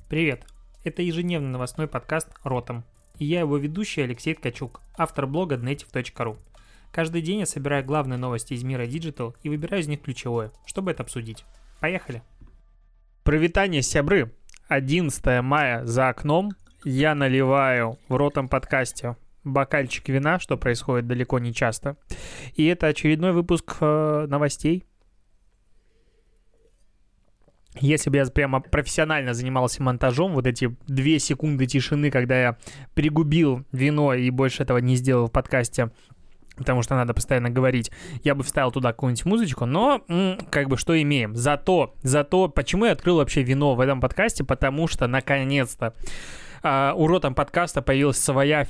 Привет! Это ежедневный новостной подкаст «Ротом». И я его ведущий Алексей Ткачук, автор блога Dnetiv.ru. Каждый день я собираю главные новости из мира Digital и выбираю из них ключевое, чтобы это обсудить. Поехали! Привитание, сябры! 11 мая за окном. Я наливаю в «Ротом» подкасте бокальчик вина, что происходит далеко не часто. И это очередной выпуск новостей. Если бы я прямо профессионально занимался монтажом, вот эти 2 секунды тишины, когда я пригубил вино и больше этого не сделал в подкасте, потому что надо постоянно говорить, я бы вставил туда какую-нибудь музычку, но как бы что имеем. Зато, почему я открыл вообще вино в этом подкасте? Потому что, наконец-то, у «Ротом» подкаста появилась своя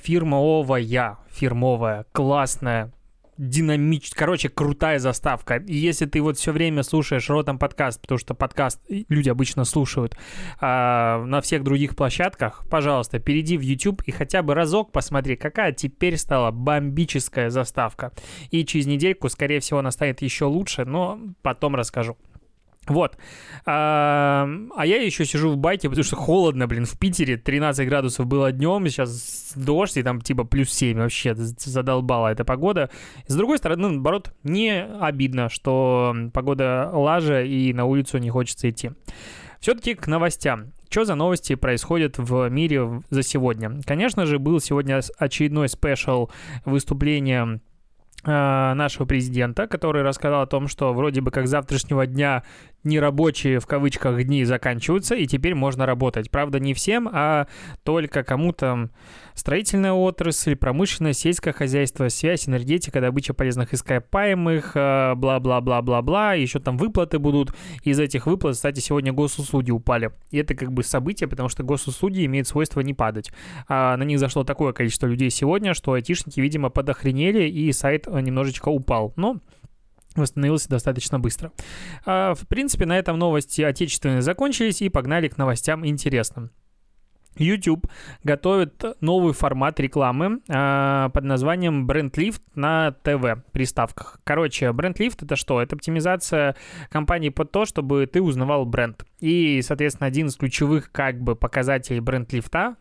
фирмовая, классная, динамичная, крутая заставка. И если ты вот все время слушаешь «Ротом» подкаст, потому что подкаст люди обычно слушают на всех других площадках, пожалуйста, перейди в YouTube и хотя бы разок посмотри, какая теперь стала бомбическая заставка. И через недельку, скорее всего, она станет еще лучше, но потом расскажу. Вот. А я еще сижу в байке, потому что холодно, в Питере 13 градусов было днем, сейчас дождь, и там типа плюс 7 вообще, задолбала эта погода. С другой стороны, наоборот, не обидно, что погода лажа и на улицу не хочется идти. Все-таки к новостям. Что за новости происходят в мире за сегодня? Конечно же, был сегодня очередной спешл выступления нашего президента, который рассказал о том, что вроде бы как с завтрашнего дня нерабочие в кавычках дни заканчиваются, и теперь можно работать. Правда, не всем, а только кому-то строительная отрасль, промышленность, сельское хозяйство, связь, энергетика, добыча полезных ископаемых, бла-бла-бла-бла-бла, еще там выплаты будут. Из этих выплат, кстати, сегодня госуслуги упали. И это как бы событие, потому что госуслуги имеют свойство не падать. На них зашло такое количество людей сегодня, что айтишники, видимо, подохренели, и сайт немножечко упал. Но восстановился достаточно быстро. В принципе, на этом новости отечественные закончились, и погнали к новостям интересным. YouTube готовит новый формат рекламы под названием BrandLift на ТВ-приставках. BrandLift — это что? Это оптимизация компании под то, чтобы ты узнавал бренд. И, соответственно, один из ключевых показателей BrandLift,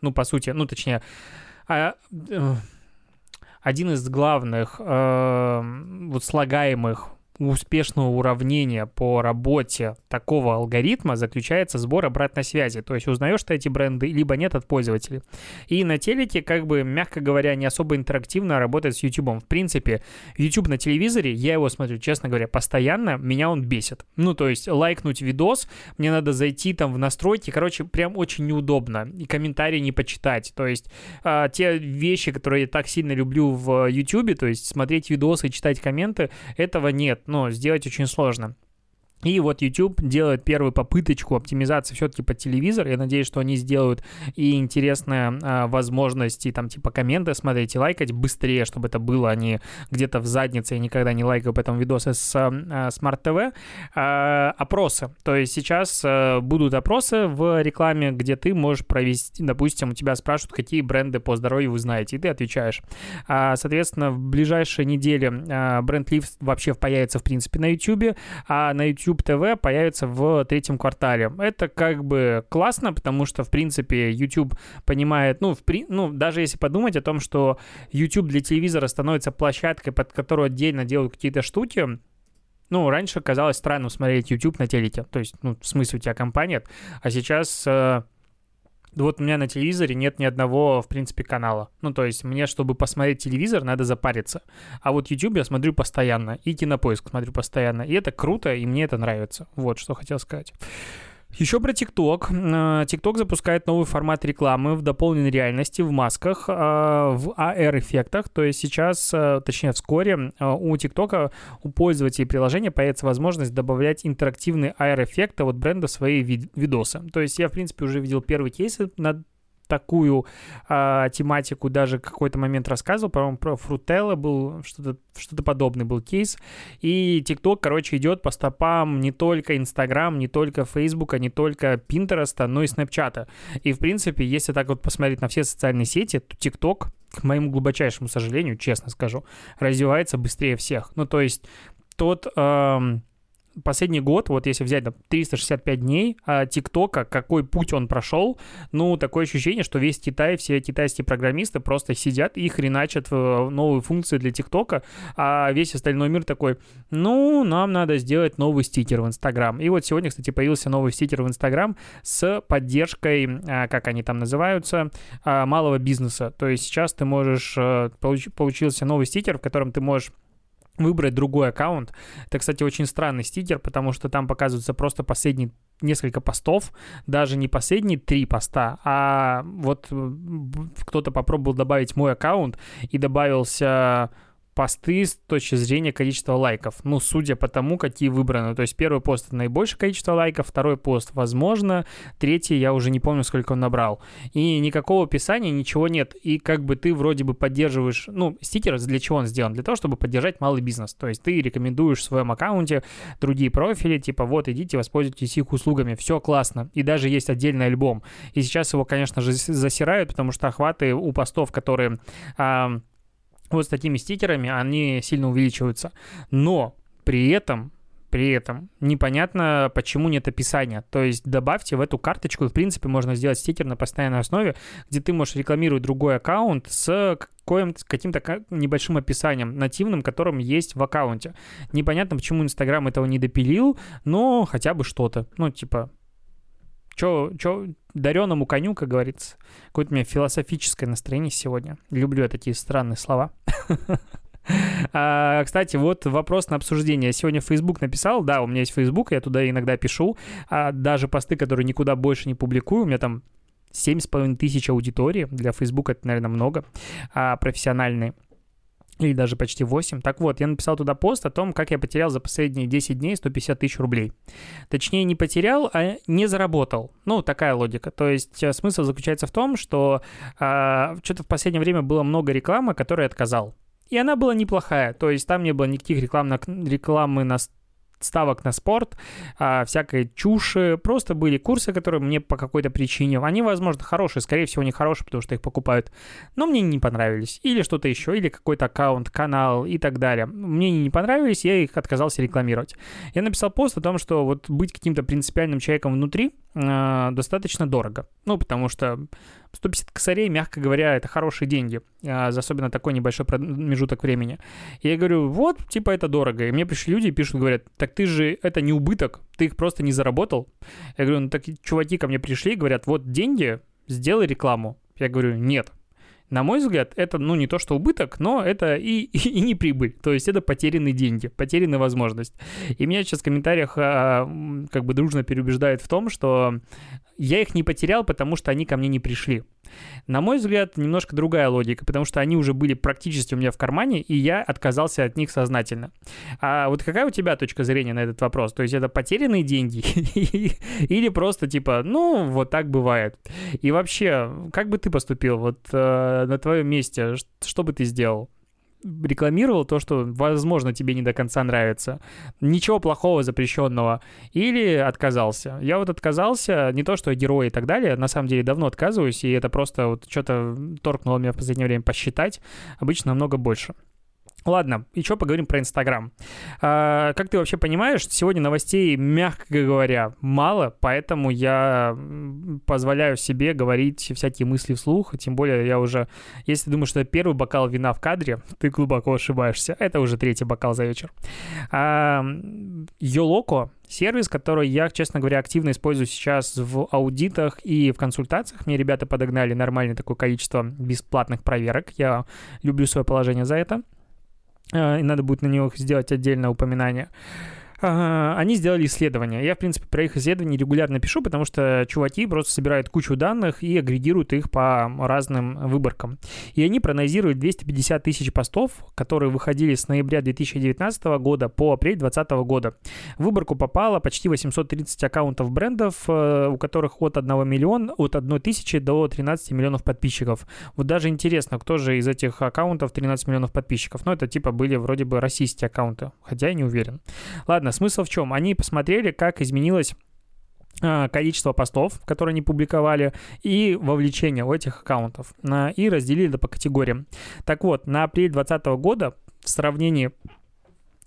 один из главных слагаемых успешного уравнения по работе такого алгоритма заключается сбор обратной связи. То есть узнаешь ты эти бренды, либо нет от пользователей. И на телеке, мягко говоря, не особо интерактивно работает с YouTube. В принципе, YouTube на телевизоре, я его смотрю, честно говоря, постоянно, меня он бесит. То есть лайкнуть видос, мне надо зайти там в настройки, прям очень неудобно. И комментарии не почитать. То есть те вещи, которые я так сильно люблю в YouTube, то есть смотреть видосы и читать комменты, этого нет. Сделать очень сложно. И вот YouTube делает первую попыточку оптимизации все-таки под телевизор. Я надеюсь, что они сделают и интересные возможности, комменты смотреть и лайкать быстрее, чтобы это было, а не где-то в заднице. Я никогда не лайкаю потом видосы с Smart TV. Опросы. То есть сейчас будут опросы в рекламе, где ты можешь провести, допустим, у тебя спрашивают, какие бренды по здоровью вы знаете, и ты отвечаешь. Соответственно, в ближайшие недели BrandLift вообще появится, в принципе, на YouTube, а на YouTube ТВ появится в 3 квартале. Это классно, потому что, в принципе, YouTube понимает, даже если подумать о том, что YouTube для телевизора становится площадкой, под которую отдельно делают какие-то штуки, раньше казалось странным смотреть YouTube на телеке. То есть, в смысле, у тебя компания, а сейчас... Вот у меня на телевизоре нет ни одного, в принципе, канала. То есть мне, чтобы посмотреть телевизор, надо запариться. А вот YouTube я смотрю постоянно, и Кинопоиск смотрю постоянно. И это круто, и мне это нравится. Вот, что хотел сказать. Еще про TikTok. TikTok запускает новый формат рекламы в дополненной реальности, в масках, в AR-эффектах. То есть сейчас, точнее вскоре, у TikTok, у пользователей приложения появится возможность добавлять интерактивные AR-эффекты от бренда в свои видосы. То есть я, в принципе, уже видел первый кейс на такую тематику, даже какой-то момент рассказывал, по-моему, про Frutello был, что-то подобное был кейс, и TikTok, идет по стопам не только Instagram, не только Facebook, не только Pinterest, но и Snapchat. И, в принципе, если так вот посмотреть на все социальные сети, то TikTok, к моему глубочайшему сожалению, честно скажу, развивается быстрее всех. То есть тот последний год, вот если взять 365 дней ТикТока, какой путь он прошел, ну, такое ощущение, что весь Китай, все китайские программисты просто сидят и хреначат новые функции для ТикТока, а весь остальной мир такой, ну, нам надо сделать новый стикер в Инстаграм. И вот сегодня, кстати, появился новый стикер в Инстаграм с поддержкой, как они там называются, малого бизнеса. То есть сейчас ты можешь, получился новый стикер, в котором ты можешь выбрать другой аккаунт. Это, кстати, очень странный стикер, потому что там показываются просто последние несколько постов, даже не последние 3 поста, а вот кто-то попробовал добавить мой аккаунт и добавился посты с точки зрения количества лайков. Ну, судя по тому, какие выбраны. То есть первый пост — это наибольшее количество лайков, второй пост — возможно, третий я уже не помню, сколько он набрал. И никакого описания, ничего нет. И как бы ты вроде бы поддерживаешь... Ну, стикер для чего он сделан? Для того, чтобы поддержать малый бизнес. То есть ты рекомендуешь в своем аккаунте другие профили, типа вот, идите, воспользуйтесь их услугами. Все классно. И даже есть отдельный альбом. И сейчас его, конечно же, засирают, потому что охваты у постов, которые... вот с такими стикерами, они сильно увеличиваются. Но при этом непонятно, почему нет описания. То есть добавьте в эту карточку, в принципе, можно сделать стикер на постоянной основе, где ты можешь рекламировать другой аккаунт с каким-то небольшим описанием нативным, которым есть в аккаунте. Непонятно, почему Инстаграм этого не допилил, но хотя бы что-то. Ну, типа... Чё, дареному коню, как говорится. Какое-то у меня философическое настроение сегодня. Люблю я такие странные слова. Кстати, вот вопрос на обсуждение. Я сегодня в Facebook написал. Да, у меня есть Facebook, я туда иногда пишу. Даже посты, которые никуда больше не публикую. У меня там 7,5 тысяч аудитории. Для Facebook это, наверное, много. Профессиональные. Или даже почти 8. Так вот, я написал туда пост о том, как я потерял за последние 10 дней 150 тысяч рублей. Точнее, не потерял, а не заработал. Ну, такая логика. То есть смысл заключается в том, что что-то в последнее время было много рекламы, которой я отказал. И она была неплохая. То есть там не было никаких рекламы на ставок на спорт, всякой чуши. Просто были курсы, которые мне по какой-то причине, они, возможно, хорошие, скорее всего, не хорошие, потому что их покупают, но мне не понравились. Или что-то еще, или какой-то аккаунт, канал и так далее. Мне не понравились, я их отказался рекламировать. Я написал пост о том, что вот быть каким-то принципиальным человеком внутри достаточно дорого. Ну, потому что 150 косарей, мягко говоря, это хорошие деньги, за особенно такой небольшой промежуток времени. И я говорю, вот, типа, это дорого. И мне пришли люди и пишут, говорят, так ты же, это не убыток, ты их просто не заработал. Я говорю, ну так чуваки ко мне пришли и говорят, вот деньги, сделай рекламу. Я говорю, нет. На мой взгляд, это, ну, не то что убыток, но это и не прибыль. То есть это потерянные деньги, потерянная возможность. И меня сейчас в комментариях как бы дружно переубеждают в том, что я их не потерял, потому что они ко мне не пришли. На мой взгляд, немножко другая логика, потому что они уже были практически у меня в кармане, и я отказался от них сознательно. А вот какая у тебя точка зрения на этот вопрос? То есть это потерянные деньги или просто типа, ну, вот так бывает? И вообще, как бы ты поступил вот на твоем месте? Что бы ты сделал? Рекламировал то, что, возможно, тебе не до конца нравится, ничего плохого, запрещенного, или отказался. Я вот отказался, не то, что я герой и так далее, на самом деле давно отказываюсь, и это просто вот что-то торкнуло меня в последнее время посчитать, обычно намного больше. Ладно, еще поговорим про Инстаграм. Как ты вообще понимаешь, сегодня новостей, мягко говоря, мало, поэтому я позволяю себе говорить всякие мысли вслух, тем более я уже, если думаешь, что это первый бокал вина в кадре, ты глубоко ошибаешься, это уже 3-й бокал за вечер. Yoloco — сервис, который я, честно говоря, активно использую сейчас в аудитах и в консультациях. Мне ребята подогнали нормальное такое количество бесплатных проверок, я люблю свое положение за это. И надо будет на них сделать отдельное упоминание. Они сделали исследования. Я, в принципе, про их исследования регулярно пишу, потому что чуваки просто собирают кучу данных и агрегируют их по разным выборкам. И они проанализируют 250 тысяч постов, которые выходили с ноября 2019 года по апрель 2020 года. В выборку попало почти 830 аккаунтов брендов, у которых от 1 миллиона, от 1 тысячи до 13 миллионов подписчиков. Вот даже интересно, кто же из этих аккаунтов 13 миллионов подписчиков. Ну, это типа были вроде бы российские аккаунты, хотя я не уверен. Ладно, смысл в чем? Они посмотрели, как изменилось количество постов, которые они публиковали, и вовлечение у этих аккаунтов, и разделили это по категориям. Так вот, на апрель 2020 года в сравнении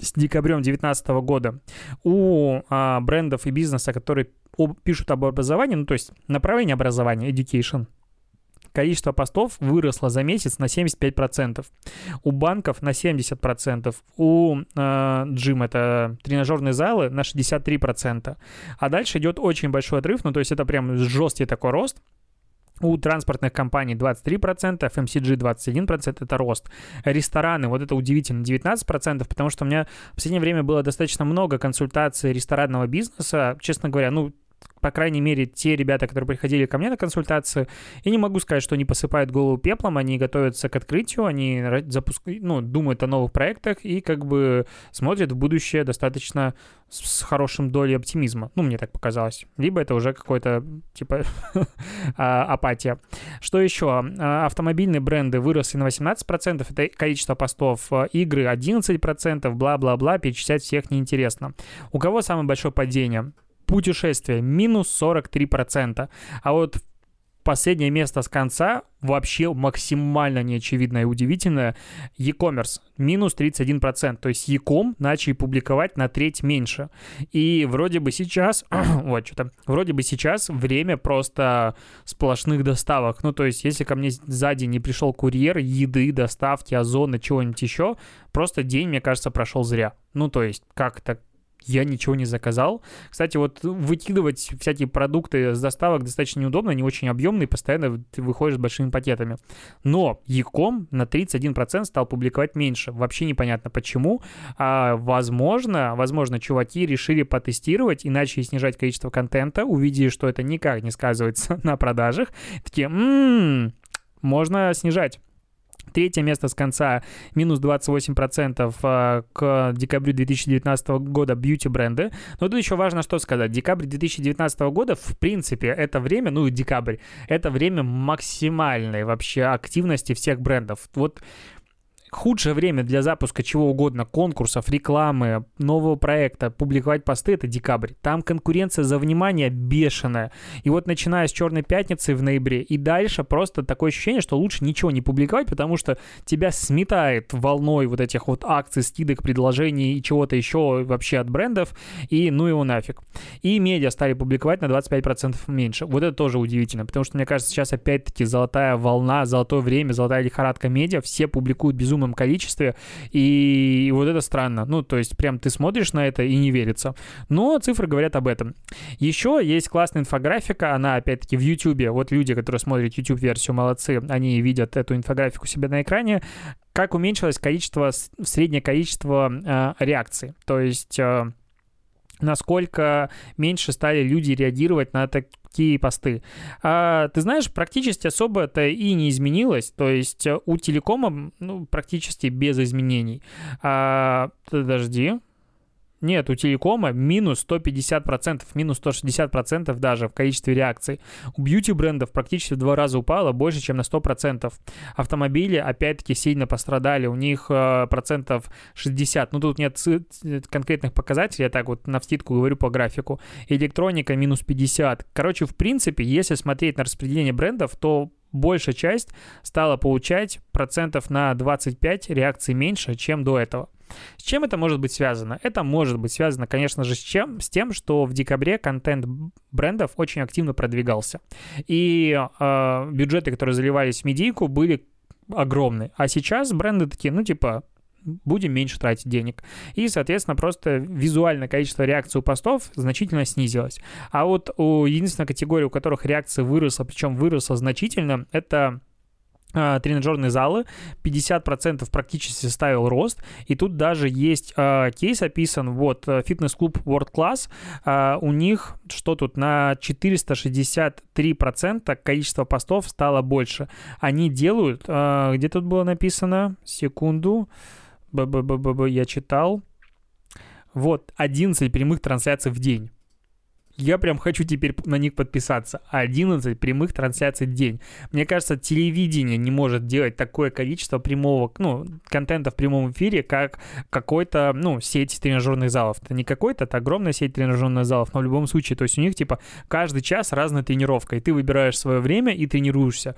с декабрем 2019 года у брендов и бизнеса, которые пишут об образовании, ну, то есть направление образования, education, количество постов выросло за месяц на 75%, у банков на 70%, у джим, это тренажерные залы, на 63%. А дальше идет очень большой отрыв, ну, то есть это прям жесткий такой рост. У транспортных компаний 23%, FMCG 21% — это рост. Рестораны, вот это удивительно, 19%, потому что у меня в последнее время было достаточно много консультаций ресторанного бизнеса. Честно говоря, ну, по крайней мере, те ребята, которые приходили ко мне на консультацию, я не могу сказать, что они посыпают голову пеплом, они готовятся к открытию, они думают о новых проектах и как бы смотрят в будущее достаточно с хорошим долей оптимизма. Ну, мне так показалось. Либо это уже какой-то, типа, апатия. Что еще? Автомобильные бренды выросли на 18%, это количество постов, игры 11%, бла-бла-бла, перечислять всех неинтересно. У кого самое большое падение? Путешествия, минус 43%. А вот последнее место с конца, вообще максимально неочевидное и удивительное, e-commerce, минус 31%. То есть e-com начали публиковать на треть меньше. И вроде бы сейчас, вроде бы сейчас время просто сплошных доставок. Ну, то есть если ко мне сзади не пришел курьер, еды, доставки, Озона, чего-нибудь еще, просто день, мне кажется, прошел зря. Ну, то есть как-то я ничего не заказал. Кстати, вот выкидывать всякие продукты с доставок достаточно неудобно, они очень объемные, постоянно ты выходишь с большими пакетами. Но e-com на 31% стал публиковать меньше. Вообще непонятно почему. Возможно, чуваки решили потестировать и начали снижать количество контента, увидели, что это никак не сказывается на продажах. Такие, можно снижать. Третье место с конца, минус 28% к декабрю 2019 года бьюти-бренды. Но тут еще важно что сказать. Декабрь 2019 года, в принципе, это время, ну, декабрь, это время максимальной вообще активности всех брендов. Вот худшее время для запуска чего угодно, конкурсов, рекламы, нового проекта, публиковать посты — это декабрь. Там конкуренция за внимание бешеная. И вот начиная с Черной пятницы в ноябре и дальше просто такое ощущение, что лучше ничего не публиковать, потому что тебя сметает волной вот этих вот акций, скидок, предложений и чего-то еще вообще от брендов, и ну его нафиг. И медиа стали публиковать на 25% меньше. Вот это тоже удивительно, потому что, мне кажется, сейчас опять-таки золотая волна, золотое время, золотая лихорадка медиа, все публикуют безумно количестве, и вот это странно. Ну, то есть прям ты смотришь на это и не верится. Но цифры говорят об этом. Еще есть классная инфографика, она опять-таки в YouTube. Вот люди, которые смотрят YouTube-версию, молодцы, они видят эту инфографику у себя на экране. Как уменьшилось среднее количество реакций. То есть насколько меньше стали люди реагировать на такие посты. Ты знаешь, практически особо это и не изменилось. То есть у телекома практически без изменений. Подожди. Нет, у телекома минус 150%, минус 160% даже в количестве реакций. У бьюти-брендов практически в 2 раза упало, больше, чем на 100%. Автомобили, опять-таки, сильно пострадали, у них процентов 60%. Ну, тут нет конкретных показателей, я так вот навскидку говорю по графику. Электроника минус 50%. Короче, в принципе, если смотреть на распределение брендов, то большая часть стала получать процентов на 25 реакций меньше, чем до этого. С чем это может быть связано? Это может быть связано, конечно же, с тем, что в декабре контент брендов очень активно продвигался. И бюджеты, которые заливались в медийку, были огромные. А сейчас бренды такие, будем меньше тратить денег. И, соответственно, просто визуальное количество реакций у постов значительно снизилось. А вот единственная категория, у которых реакция выросла, причем выросла значительно, это тренажерные залы, 50% практически составил рост, и тут даже есть кейс описан, вот, фитнес-клуб World Class, у них, что тут, на 463% количество постов стало больше. Они делают, где тут было написано, секунду, я читал, вот, 11 прямых трансляций в день. Я прям хочу теперь на них подписаться. 11 прямых трансляций в день. Мне кажется, телевидение не может делать такое количество прямого, контента в прямом эфире, как какой-то, сеть тренажерных залов. Это не какой-то, это огромная сеть тренажерных залов, но в любом случае, то есть у них, каждый час разная тренировка, и ты выбираешь свое время и тренируешься.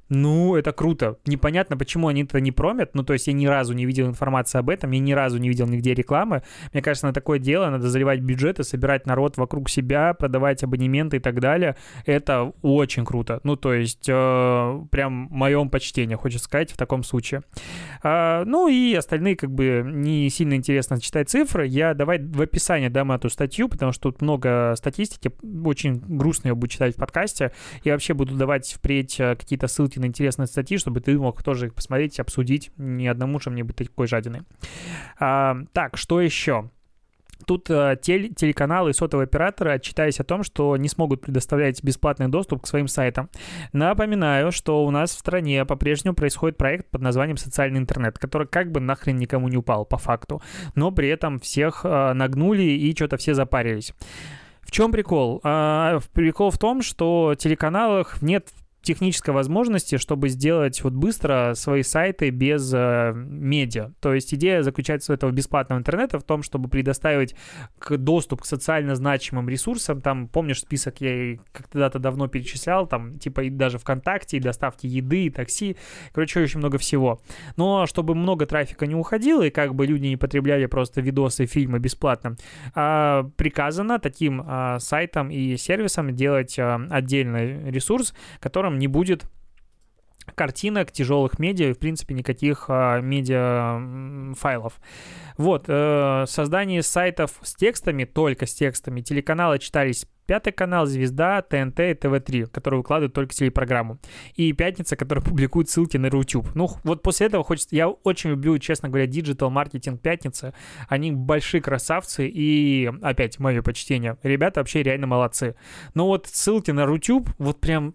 Ну, это круто. Непонятно, почему они это не промят. Ну, то есть я ни разу не видел информации об этом, я ни разу не видел нигде рекламы. Мне кажется, на такое дело надо заливать бюджеты, собирать народ вокруг себя, продавать абонементы и так далее. Это очень круто. Ну, то есть прям моем почтении, хочется сказать, в таком случае. Ну, и остальные как бы не сильно интересно читать цифры. Давай в описании дам эту статью, потому что тут много статистики. Очень грустно ее буду читать в подкасте. Я вообще буду давать впредь какие-то ссылки на интересные статьи, чтобы ты мог тоже их посмотреть, обсудить. Ни одному же мне быть такой жадиной. Так, что еще? Тут телеканалы и сотовые операторы отчитались о том, что не смогут предоставлять бесплатный доступ к своим сайтам. Напоминаю, что у нас в стране по-прежнему происходит проект под названием «Социальный интернет», который как бы нахрен никому не упал по факту, но при этом всех нагнули и что-то все запарились. В чем прикол? Прикол в том, что в телеканалах нет технической возможности, чтобы сделать вот быстро свои сайты без медиа. То есть идея заключается у этого бесплатного интернета в том, чтобы предоставить доступ к социально значимым ресурсам. Там, помнишь, список я когда-то давно перечислял, там типа и даже ВКонтакте, и доставки еды, и такси. Короче, очень много всего. Но чтобы много трафика не уходило, и как бы люди не потребляли просто видосы, фильмы бесплатно, приказано таким сайтам и сервисам делать отдельный ресурс, которым не будет картинок, тяжелых медиа и, в принципе, никаких медиа файлов. Вот, создание сайтов с текстами, только с текстами, телеканалы читались Пятый канал, Звезда, ТНТ и ТВ3, которые выкладывают только телепрограмму. И Пятница, которая публикует ссылки на Рутюб. Ну, вот после этого хочется... Я очень люблю, честно говоря, диджитал-маркетинг Пятницы. Они большие красавцы и, опять, мое почтение. Ребята вообще реально молодцы. Но вот ссылки на Рутюб, вот прям...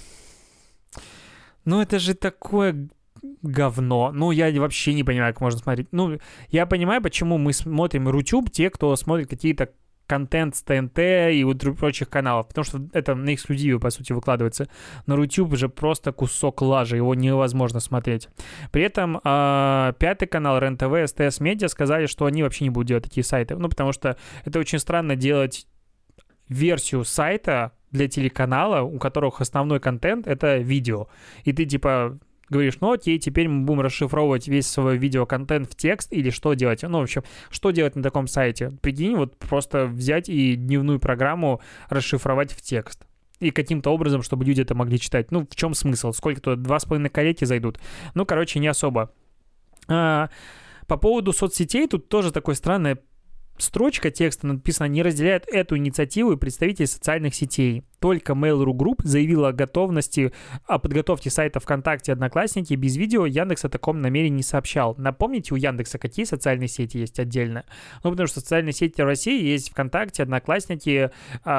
Ну, это же такое говно. Ну, я вообще не понимаю, как можно смотреть. Ну, я понимаю, почему мы смотрим Рутюб, те, кто смотрит какие-то контент с ТНТ и у прочих каналов, потому что это на эксклюзиве, по сути, выкладывается. На Рутюб же просто кусок лажи, его невозможно смотреть. При этом Пятый канал, РЕН-ТВ, СТС Медиа сказали, что они вообще не будут делать такие сайты. Ну, потому что это очень странно делать версию сайта для телеканала, у которых основной контент — это видео. И ты, типа, говоришь, ну окей, теперь мы будем расшифровывать весь свой видеоконтент в текст или что делать? Ну, в общем, что делать на таком сайте? Прикинь, вот просто взять и дневную программу расшифровать в текст. И каким-то образом, чтобы люди это могли читать. Ну, в чем смысл? Сколько тут? 2,5 коллеги зайдут? Ну, короче, не особо. По поводу соцсетей, тут тоже такое странное строчка текста написана: не разделяет эту инициативу и представители социальных сетей. Только Mail.ru Group заявила о подготовке сайта ВКонтакте и Одноклассники без видео. Яндекс о таком намерении не сообщал. Напомните, у Яндекса какие социальные сети есть отдельно? Ну, потому что социальные сети в России есть ВКонтакте, Одноклассники,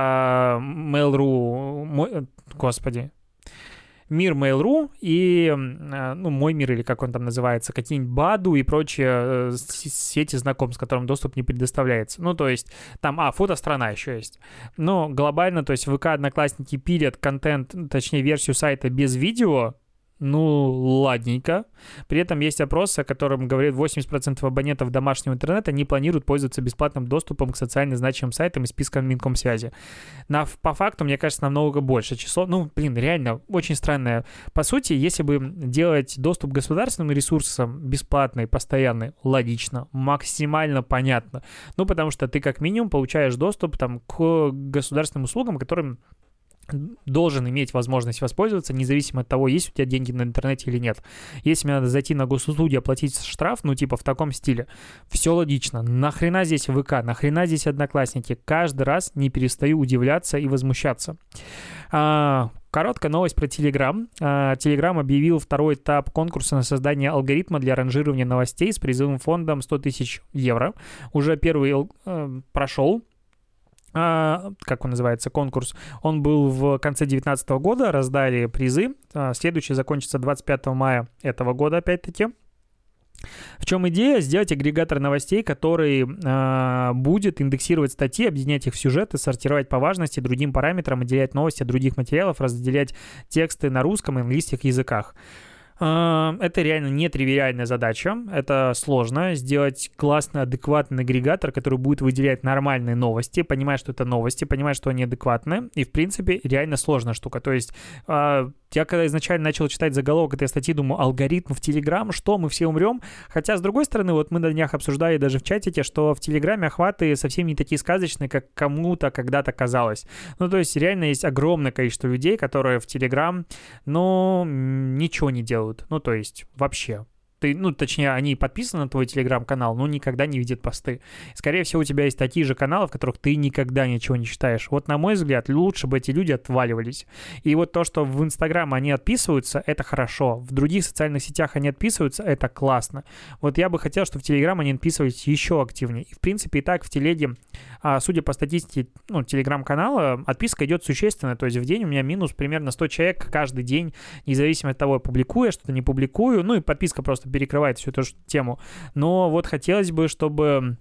Mail.ru, господи, Мир Mail.ru и, ну, Мой мир, или как он там называется, какие-нибудь Баду и прочие сети знакомств, которым доступ не предоставляется. Ну, то есть там, Фотострана еще есть. Но глобально, то есть ВК, Одноклассники пилят контент, точнее, версию сайта без видео. Ну, ладненько. При этом есть опрос, о котором говорит 80% абонентов домашнего интернета не планируют пользоваться бесплатным доступом к социально значимым сайтам и спискам Минкомсвязи. По факту, мне кажется, намного больше число. Ну, реально, очень странное. По сути, если бы делать доступ к государственным ресурсам бесплатный, постоянный, логично, максимально понятно. Ну, потому что ты как минимум получаешь доступ там к государственным услугам, которым должен иметь возможность воспользоваться, независимо от того, есть у тебя деньги на интернете или нет. Если мне надо зайти на госуслуги, оплатить штраф, ну, типа в таком стиле, все логично. Нахрена здесь ВК, нахрена здесь Одноклассники? Каждый раз не перестаю удивляться и возмущаться. Короткая новость про Telegram. Telegram объявил второй этап конкурса на создание алгоритма для ранжирования новостей с призовым фондом 100 тысяч евро. Уже первый прошел. Как он называется, конкурс. Он был в конце 2019 года, раздали призы. Следующий закончится 25 мая этого года, опять-таки. В чем идея? Сделать агрегатор новостей, который будет индексировать статьи, объединять их в сюжеты, сортировать по важности, другим параметрам, отделять новости от других материалов, разделять тексты на русском и английских языках. Это реально нетривиальная задача. Это сложно. Сделать классный, адекватный агрегатор, который будет выделять нормальные новости, понимая, что это новости, понимая, что они адекватны. И, в принципе, реально сложная штука. То есть я когда изначально начал читать заголовок этой статьи, думаю, алгоритм в Телеграм, что, мы все умрем? Хотя, с другой стороны, вот мы на днях обсуждали даже в чатике, что в Телеграме охваты совсем не такие сказочные, как кому-то когда-то казалось. Ну, то есть реально есть огромное количество людей, которые в Телеграм, но ничего не делают. Ну, то есть вообще. Точнее, они подписаны на твой телеграм-канал, но никогда не видят посты. Скорее всего, у тебя есть такие же каналы, в которых ты никогда ничего не читаешь. Вот, на мой взгляд, лучше бы эти люди отваливались. И вот то, что в Инстаграм они отписываются, это хорошо. В других социальных сетях они отписываются, это классно. Вот я бы хотел, чтобы в Телеграм они отписывались еще активнее. И, в принципе, и так в Телеге, судя по статистике, телеграм-канала, отписка идет существенно. То есть в день у меня минус примерно 100 человек каждый день, независимо от того, публикую я что-то, не публикую. Ну и подписка просто перекрывает всю эту тему. Но вот хотелось бы, чтобы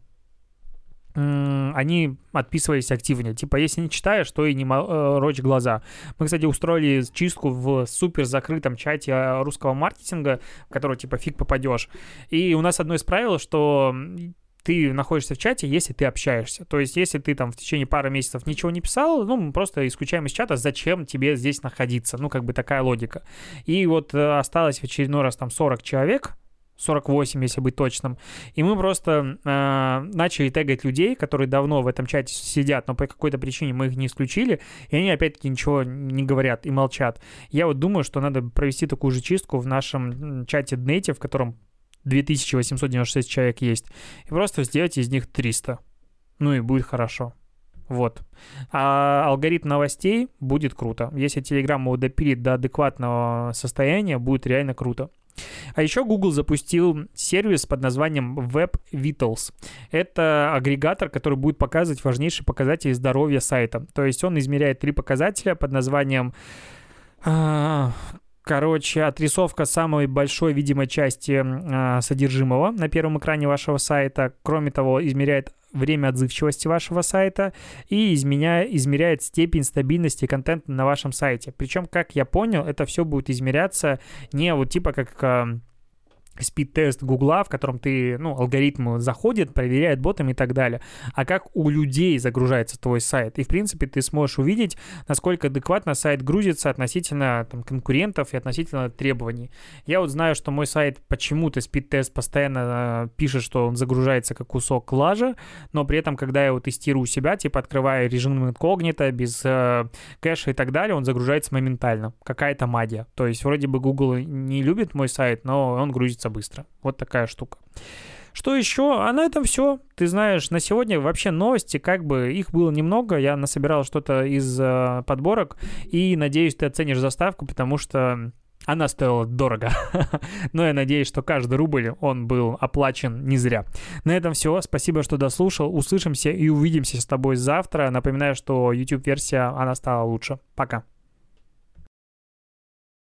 они отписывались активнее. Типа, если не читаешь, то и не морочь глаза. Мы, кстати, устроили чистку в супер закрытом чате русского маркетинга, в который, типа, фиг попадешь. И у нас одно из правил, что ты находишься в чате, если ты общаешься. То есть, если ты там в течение пары месяцев ничего не писал, мы просто исключаем из чата, зачем тебе здесь находиться. Ну, как бы такая логика. И вот осталось в очередной раз там 40 человек, 48, если быть точным. И мы просто начали тегать людей, которые давно в этом чате сидят, но по какой-то причине мы их не исключили, и они опять-таки ничего не говорят и молчат. Я вот думаю, что надо провести такую же чистку в нашем чате Dnate, в котором 2896 человек есть, и просто сделать из них 300. Ну и будет хорошо. Вот. А алгоритм новостей будет круто. Если Telegram его допилит до адекватного состояния, будет реально круто. А еще Google запустил сервис под названием Web Vitals. Это агрегатор, который будет показывать важнейшие показатели здоровья сайта. То есть он измеряет 3 показателя под названием... отрисовка самой большой видимой части содержимого на первом экране вашего сайта. Кроме того, измеряет время отзывчивости вашего сайта и измеряет степень стабильности контента на вашем сайте. Причем, как я понял, это все будет измеряться не вот типа как спид-тест Гугла, в котором ты, алгоритм заходит, проверяет ботами и так далее, а как у людей загружается твой сайт. И, в принципе, ты сможешь увидеть, насколько адекватно сайт грузится относительно конкурентов и относительно требований. Я вот знаю, что мой сайт почему-то спид-тест постоянно пишет, что он загружается как кусок лажа, но при этом, когда я его тестирую у себя, типа открывая режим инкогнито, без кэша и так далее, он загружается моментально. Какая-то магия. То есть, вроде бы Google не любит мой сайт, но он грузится быстро. Вот такая штука. Что еще? А на этом все. Ты знаешь, на сегодня вообще новости, их было немного. Я насобирал что-то из подборок, и надеюсь, ты оценишь заставку, потому что она стоила дорого. Но я надеюсь, что каждый рубль, он был оплачен не зря. На этом все. Спасибо, что дослушал. Услышимся и увидимся с тобой завтра. Напоминаю, что YouTube-версия, она стала лучше. Пока.